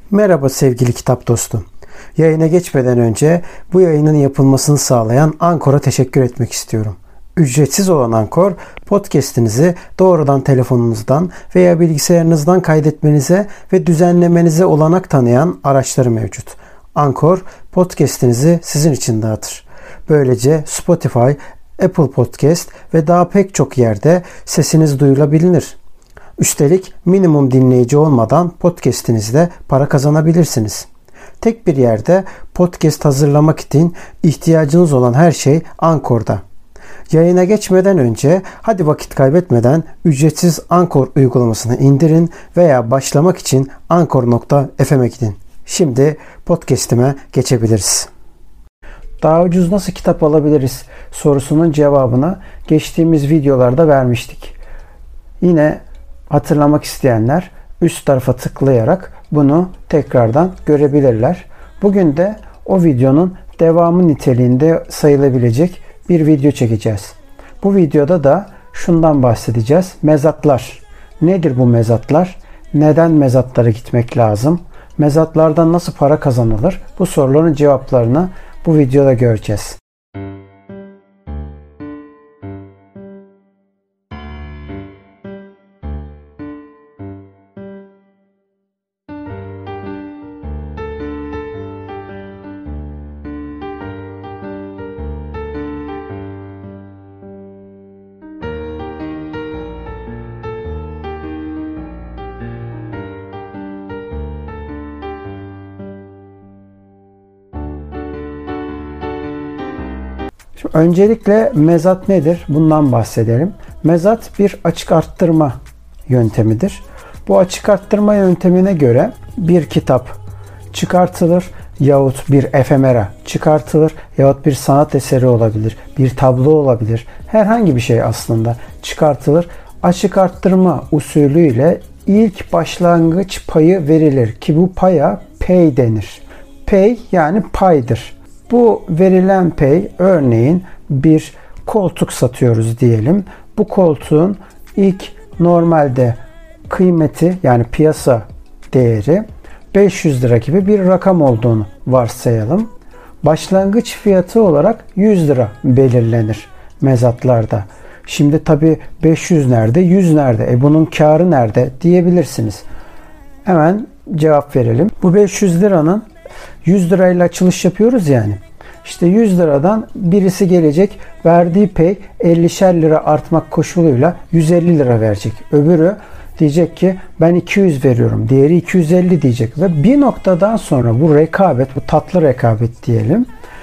Merhaba sevgili kitap dostum. Yayına geçmeden önce bu yayının yapılmasını sağlayan Ankor'a teşekkür etmek istiyorum. Ücretsiz olan Ankor, podcast'inizi doğrudan telefonunuzdan veya bilgisayarınızdan kaydetmenize ve düzenlemenize olanak tanıyan araçları mevcut. Ankor, podcast'inizi sizin için dağıtır. Böylece Spotify, Apple Podcast ve daha pek çok yerde sesiniz duyulabilir. Üstelik minimum dinleyici olmadan podcast'inizde para kazanabilirsiniz. Tek bir yerde podcast hazırlamak için ihtiyacınız olan her şey Ankor'da. Yayına geçmeden önce hadi vakit kaybetmeden ücretsiz Ankor uygulamasını indirin veya başlamak için ankor.fm'e gidin. Şimdi podcast'ime geçebiliriz. Daha ucuz nasıl kitap alabiliriz sorusunun cevabını geçtiğimiz videolarda vermiştik. Yine hatırlamak isteyenler üst tarafa tıklayarak bunu tekrardan görebilirler. Bugün de o videonun devamı niteliğinde sayılabilecek bir video çekeceğiz. Bu videoda da şundan bahsedeceğiz. Mezatlar. Nedir bu mezatlar? Neden mezatlara gitmek lazım? Mezatlardan nasıl para kazanılır? Bu soruların cevaplarını bu videoda göreceğiz. Şimdi öncelikle mezat nedir? Bundan bahsedelim. Mezat bir açık arttırma yöntemidir. Bu açık arttırma yöntemine göre bir kitap çıkartılır yahut bir efemera çıkartılır yahut bir sanat eseri olabilir, bir tablo olabilir. Herhangi bir şey aslında çıkartılır. Açık arttırma usulüyle ilk başlangıç payı verilir ki bu paya pay denir. Pay yani paydır. Bu verilen pay örneğin bir koltuk satıyoruz diyelim. Bu koltuğun ilk normalde kıymeti yani piyasa değeri 500 lira gibi bir rakam olduğunu varsayalım. Başlangıç fiyatı olarak 100 lira belirlenir mezatlarda. Şimdi tabii 500 nerede, 100 nerede? Bunun kârı nerede diyebilirsiniz. Hemen cevap verelim. Bu 500 liranın 100 lirayla açılış yapıyoruz yani. İşte 100 liradan birisi gelecek, verdiği pay 50'şer lira artmak koşuluyla 150 lira verecek. Öbürü diyecek ki ben 200 veriyorum. Diğeri 250 diyecek ve bir noktadan sonra bu rekabet, bu tatlı rekabet diyelim,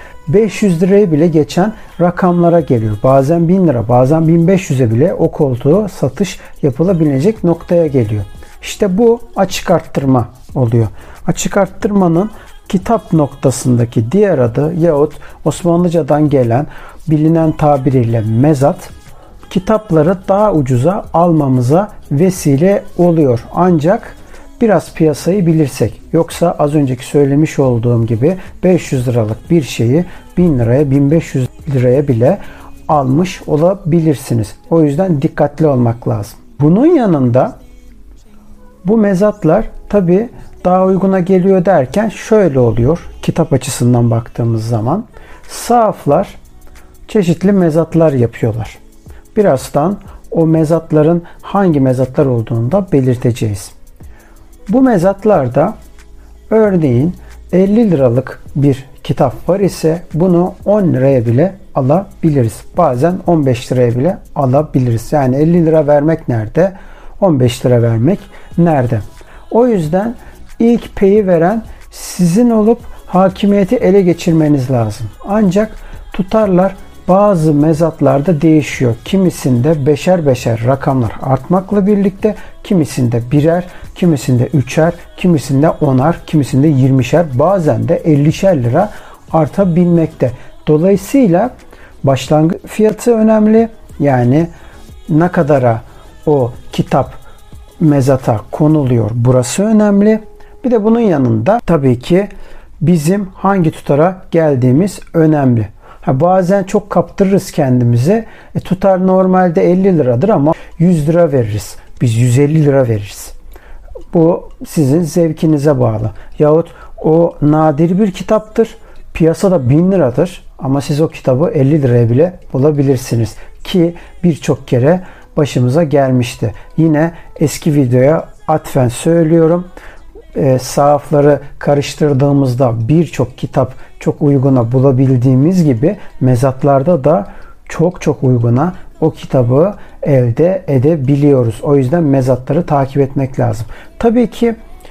500 lirayı bile geçen rakamlara geliyor. Bazen 1000 lira, bazen 1500'e bile o koltuğu satış yapılabilecek noktaya geliyor. İşte bu açık arttırma oluyor. Açık arttırmanın kitap noktasındaki diğer adı yahut Osmanlıcadan gelen bilinen tabiriyle mezat, kitapları daha ucuza almamıza vesile oluyor. Ancak biraz piyasayı bilirsek. Yoksa az önceki söylemiş olduğum gibi 500 liralık bir şeyi 1000 liraya 1500 liraya bile almış olabilirsiniz. O yüzden dikkatli olmak lazım. Bunun yanında bu mezatlar tabii daha uyguna geliyor derken şöyle oluyor. Kitap açısından baktığımız zaman sahaflar çeşitli mezatlar yapıyorlar. Birazdan o mezatların hangi mezatlar olduğunu da belirteceğiz. Bu mezatlarda örneğin 50 liralık bir kitap var ise bunu 10 liraya bile alabiliriz. Bazen 15 liraya bile alabiliriz. Yani 50 lira vermek nerede? 15 lira vermek nerede? O yüzden ilk pay'i veren sizin olup hakimiyeti ele geçirmeniz lazım. Ancak tutarlar bazı mezatlarda değişiyor. Kimisinde beşer beşer rakamlar artmakla birlikte, kimisinde birer, kimisinde üçer, kimisinde onar, kimisinde 20'şer, bazen de 50'şer lira artabilmekte. Dolayısıyla başlangıç fiyatı önemli. Yani ne kadara o kitap mezata konuluyor, burası önemli. Bir de bunun yanında tabii ki bizim hangi tutara geldiğimiz önemli. Bazen çok kaptırırız kendimize. Tutar normalde 50 liradır ama 100 lira veririz. Biz 150 lira veririz. Bu sizin zevkinize bağlı. Yahut o nadir bir kitaptır. Piyasada 1000 liradır. Ama siz o kitabı 50 liraya bile bulabilirsiniz. Ki birçok kere başımıza gelmişti. Yine eski videoya atfen söylüyorum. Sahafları karıştırdığımızda birçok kitap çok uyguna bulabildiğimiz gibi mezatlarda da çok uyguna o kitabı elde edebiliyoruz. O yüzden mezatları takip etmek lazım. Tabii ki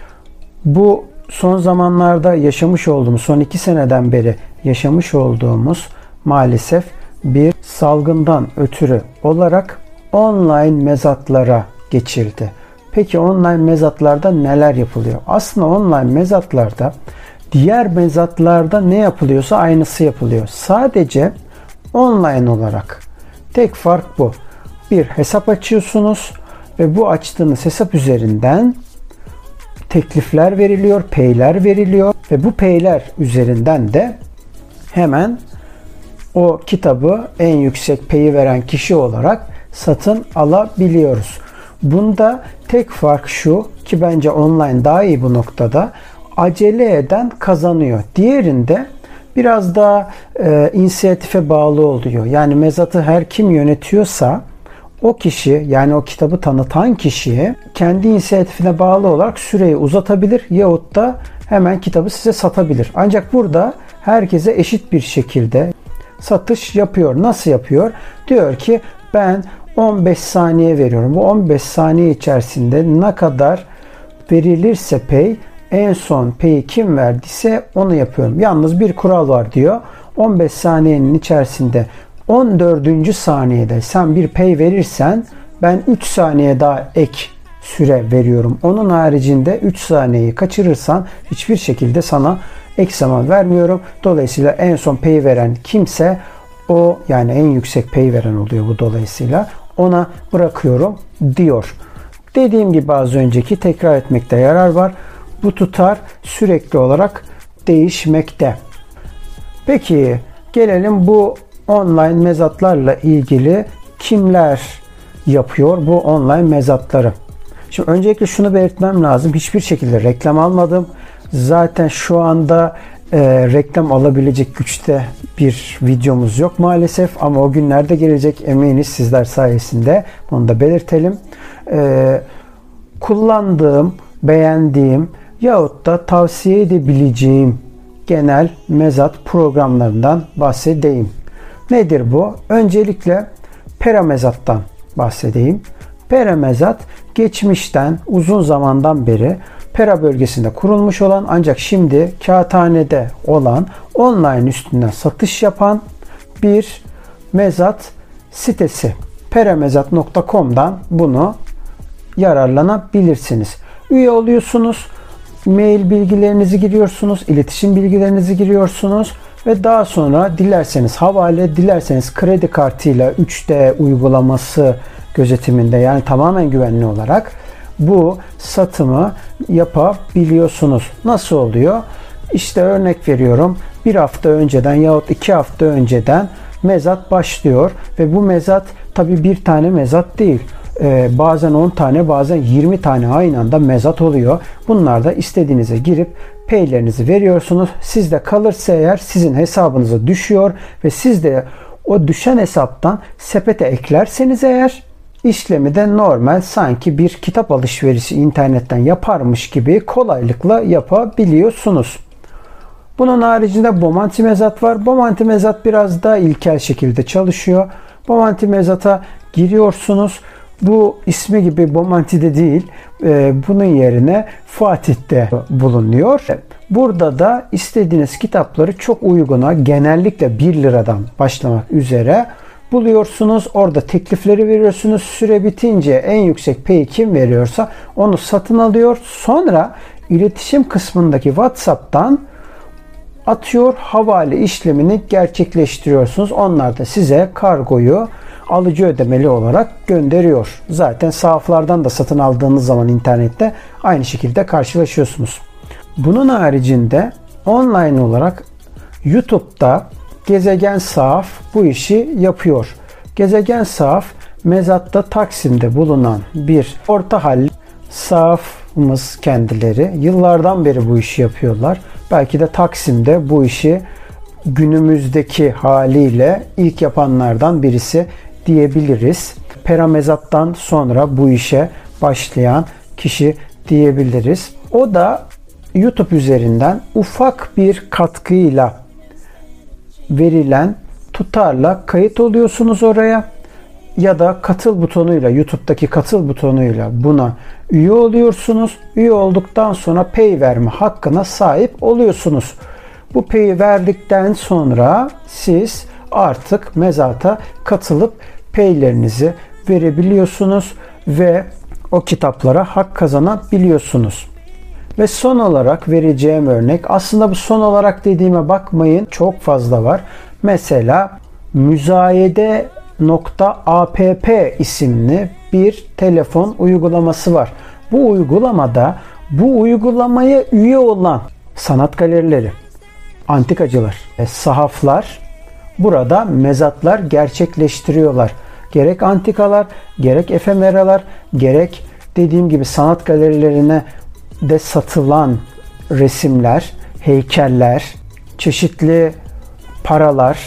bu son zamanlarda yaşamış olduğumuz, son 2 seneden beri yaşamış olduğumuz maalesef bir salgından ötürü olarak online mezatlara geçildi. Peki online mezatlarda neler yapılıyor? Aslında online mezatlarda diğer mezatlarda ne yapılıyorsa aynısı yapılıyor. Sadece online olarak. Tek fark bu. Bir hesap açıyorsunuz ve bu açtığınız hesap üzerinden teklifler veriliyor, pay'ler veriliyor ve bu pay'ler üzerinden de hemen o kitabı en yüksek pay'i veren kişi olarak satın alabiliyoruz. Bunda tek fark şu ki bence online daha iyi bu noktada, acele eden kazanıyor. Diğerinde biraz daha inisiyatife bağlı oluyor. Yani mezatı her kim yönetiyorsa o kişi, yani o kitabı tanıtan kişiye kendi inisiyatifine bağlı olarak süreyi uzatabilir yahut da hemen kitabı size satabilir. Ancak burada herkese eşit bir şekilde satış yapıyor. Nasıl yapıyor? Diyor ki ben 15 saniye veriyorum. Bu 15 saniye içerisinde ne kadar verilirse pay, en son pay'i kim verdiyse onu yapıyorum. Yalnız bir kural var diyor. 15 saniyenin içerisinde 14. saniyede sen bir pay verirsen ben 3 saniye daha ek süre veriyorum. Onun haricinde 3 saniyeyi kaçırırsan hiçbir şekilde sana ek zaman vermiyorum. Dolayısıyla en son pay veren kimse o, yani en yüksek pay veren oluyor bu dolayısıyla, ona bırakıyorum diyor. Dediğim gibi az önceki, tekrar etmekte yarar var. Bu tutar sürekli olarak değişmekte. Peki gelelim bu online mezatlarla ilgili kimler yapıyor bu online mezatları? Şimdi öncelikle şunu belirtmem lazım. Hiçbir şekilde reklam almadım. Zaten şu anda reklam alabilecek güçte bir videomuz yok maalesef. Ama o günlerde gelecek, eminiz sizler sayesinde. Bunu da belirtelim. Kullandığım, beğendiğim yahut da tavsiye edebileceğim genel mezat programlarından bahsedeyim. Nedir bu? Öncelikle Peramezat'tan bahsedeyim. Peramezat geçmişten uzun zamandan beri Pera bölgesinde kurulmuş olan ancak şimdi kağıthanede olan, online üstünden satış yapan bir mezat sitesi. Peramezat.com'dan bunu yararlanabilirsiniz. Üye oluyorsunuz. Mail bilgilerinizi giriyorsunuz. İletişim bilgilerinizi giriyorsunuz. Ve daha sonra dilerseniz havale, dilerseniz kredi kartıyla 3D uygulaması gözetiminde, yani tamamen güvenli olarak bu satımı yapabiliyorsunuz. Nasıl oluyor? İşte örnek veriyorum. Bir hafta önceden yahut 2 hafta önceden mezat başlıyor ve bu mezat tabii bir tane mezat değil. Bazen 10 tane, bazen 20 tane aynı anda mezat oluyor. Bunlar da istediğinize girip pay'lerinizi veriyorsunuz. Sizde kalırsa eğer sizin hesabınıza düşüyor ve siz de o düşen hesaptan sepete eklerseniz eğer işlemi de normal sanki bir kitap alışverişi internetten yaparmış gibi kolaylıkla yapabiliyorsunuz. Bunun haricinde Bomonti Mezat var. Bomonti Mezat biraz daha ilkel şekilde çalışıyor. Bomonti Mezat'a giriyorsunuz. Bu ismi gibi Bomonti'de değil, bunun yerine Fatih'te bulunuyor. Burada da istediğiniz kitapları çok uyguna, genellikle 1 liradan başlamak üzere buluyorsunuz. Orada teklifleri veriyorsunuz. Süre bitince en yüksek pay'i kim veriyorsa onu satın alıyor. Sonra iletişim kısmındaki WhatsApp'tan atıyor, havale işlemini gerçekleştiriyorsunuz. Onlar da size kargoyu alıcı ödemeli olarak gönderiyor. Zaten sahaflardan da satın aldığınız zaman internette aynı şekilde karşılaşıyorsunuz. Bunun haricinde online olarak YouTube'da Gezegen Sahaf bu işi yapıyor. Gezegen Sahaf mezatta Taksim'de bulunan bir orta halli sahaf arkadaşlarımız kendileri. Yıllardan beri bu işi yapıyorlar. Belki de Taksim'de bu işi günümüzdeki haliyle ilk yapanlardan birisi diyebiliriz. Peramezat'tan sonra bu işe başlayan kişi diyebiliriz. O da YouTube üzerinden ufak bir katkıyla verilen tutarla kayıt oluyorsunuz oraya ya da katıl butonuyla, YouTube'daki katıl butonuyla buna üye oluyorsunuz. Üye olduktan sonra pay verme hakkına sahip oluyorsunuz. Bu pay'i verdikten sonra siz artık mezata katılıp pay'lerinizi verebiliyorsunuz ve o kitaplara hak kazanabiliyorsunuz. Ve son olarak vereceğim örnek, aslında bu son olarak dediğime bakmayın, çok fazla var. Mesela Müzayede.app isimli bir telefon uygulaması var. Bu uygulamada bu uygulamaya üye olan sanat galerileri, antikacılar, sahaflar burada mezatlar gerçekleştiriyorlar. Gerek antikalar, gerek efemeralar, gerek dediğim gibi sanat galerilerine de satılan resimler, heykeller, çeşitli paralar,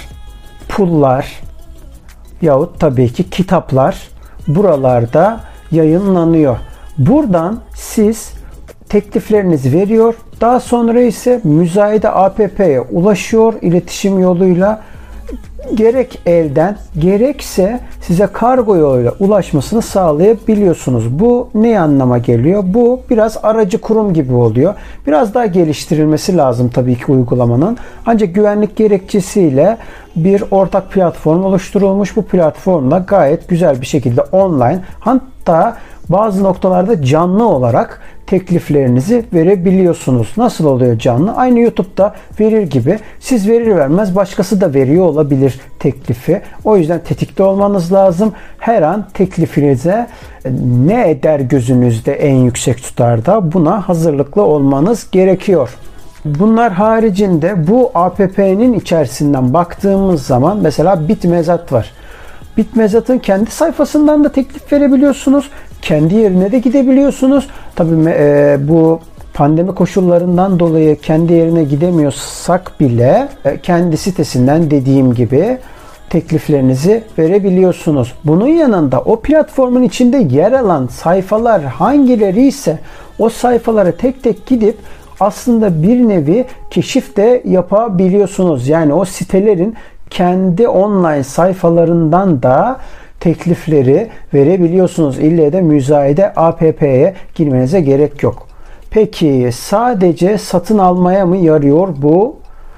pullar yahut tabii ki kitaplar buralarda yayınlanıyor. Buradan siz tekliflerinizi veriyor. Daha sonra ise Müzayede app'ye ulaşıyor iletişim yoluyla. Gerek elden gerekse size kargo yoluyla ulaşmasını sağlayabiliyorsunuz. Bu ne anlama geliyor? Bu biraz aracı kurum gibi oluyor. Biraz daha geliştirilmesi lazım tabii ki uygulamanın. Ancak güvenlik gerekçesiyle bir ortak platform oluşturulmuş. Bu platformda gayet güzel bir şekilde online, hatta bazı noktalarda canlı olarak tekliflerinizi verebiliyorsunuz. Nasıl oluyor canlı? Aynı YouTube'da verir gibi. Siz verir vermez başkası da veriyor olabilir teklifi. O yüzden tetikte olmanız lazım. Her an teklifinize ne eder gözünüzde en yüksek tutarda, buna hazırlıklı olmanız gerekiyor. Bunlar haricinde bu app'nin içerisinden baktığımız zaman mesela Bitmezat var. Bitmezat'ın kendi sayfasından da teklif verebiliyorsunuz. Kendi yerine de gidebiliyorsunuz. Tabii bu pandemi koşullarından dolayı kendi yerine gidemiyorsak bile kendi sitesinden dediğim gibi tekliflerinizi verebiliyorsunuz. Bunun yanında o platformun içinde yer alan sayfalar hangileri ise o sayfalara tek tek gidip aslında bir nevi keşif de yapabiliyorsunuz. Yani o sitelerin kendi online sayfalarından da teklifleri verebiliyorsunuz. İlle de Müzayede app'ye girmenize gerek yok. Peki sadece satın almaya mı yarıyor bu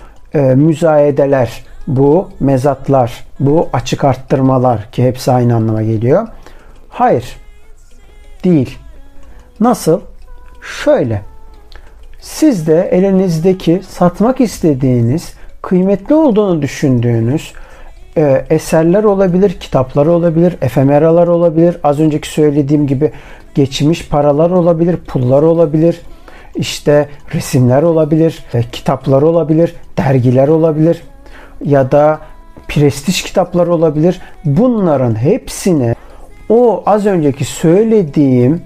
müzayedeler, bu mezatlar, bu açık arttırmalar ki hepsi aynı anlama geliyor? Hayır, değil. Nasıl? Şöyle. Siz de elinizdeki satmak istediğiniz, kıymetli olduğunu düşündüğünüz eserler olabilir, kitaplar olabilir, efemeralar olabilir. Az önceki söylediğim gibi geçmiş paralar olabilir, pullar olabilir, işte resimler olabilir, kitaplar olabilir, dergiler olabilir ya da prestij kitaplar olabilir. Bunların hepsini o az önceki söylediğim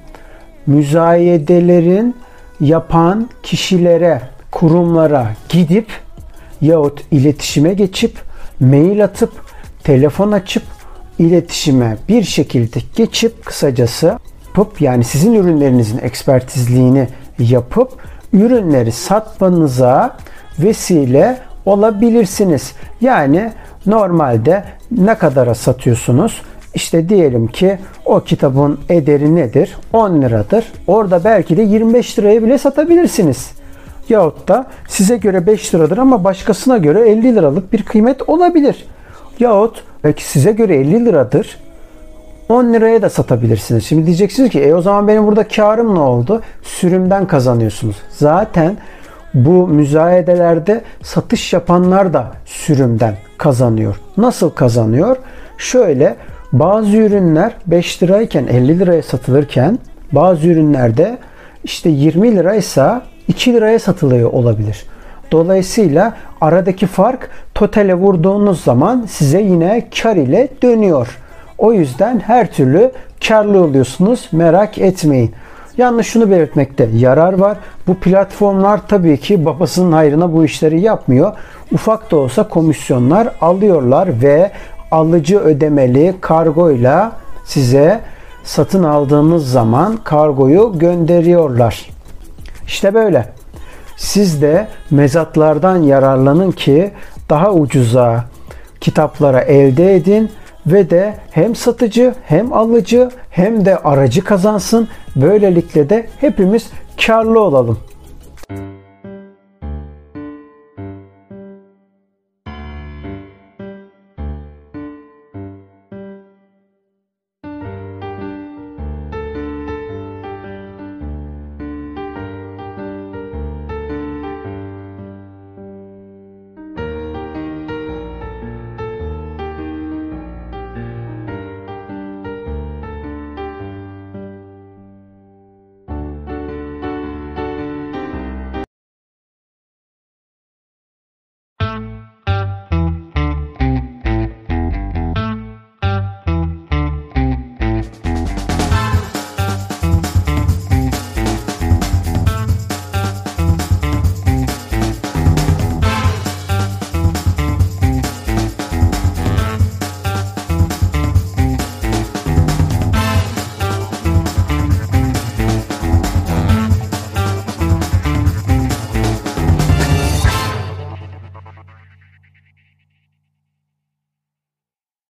müzayedelerin yapan kişilere, kurumlara gidip yahut iletişime geçip, mail atıp, telefon açıp, iletişime bir şekilde geçip kısacası yapıp, yani sizin ürünlerinizin ekspertizliğini yapıp ürünleri satmanıza vesile olabilirsiniz. Yani normalde ne kadara satıyorsunuz? İşte diyelim ki o kitabın ederi nedir? 10 liradır. Orada belki de 25 liraya bile satabilirsiniz. Yahut da size göre 5 liradır ama başkasına göre 50 liralık bir kıymet olabilir. Yahut belki size göre 50 liradır, 10 liraya da satabilirsiniz. Şimdi diyeceksiniz ki o zaman benim burada karım ne oldu? Sürümden kazanıyorsunuz. Zaten bu müzayedelerde satış yapanlar da sürümden kazanıyor. Nasıl kazanıyor? Şöyle, bazı ürünler 5 lirayken 50 liraya satılırken bazı ürünlerde işte 20 liraysa 2 liraya satılıyor olabilir. Dolayısıyla aradaki fark totale vurduğunuz zaman size yine kar ile dönüyor. O yüzden her türlü karlı oluyorsunuz. Merak etmeyin. Yalnız şunu belirtmekte yarar var. Bu platformlar tabii ki babasının hayrına bu işleri yapmıyor. Ufak da olsa komisyonlar alıyorlar ve alıcı ödemeli kargoyla size satın aldığınız zaman kargoyu gönderiyorlar. İşte böyle. Siz de mezatlardan yararlanın ki daha ucuza kitaplara elde edin ve de hem satıcı hem alıcı hem de aracı kazansın. Böylelikle de hepimiz karlı olalım.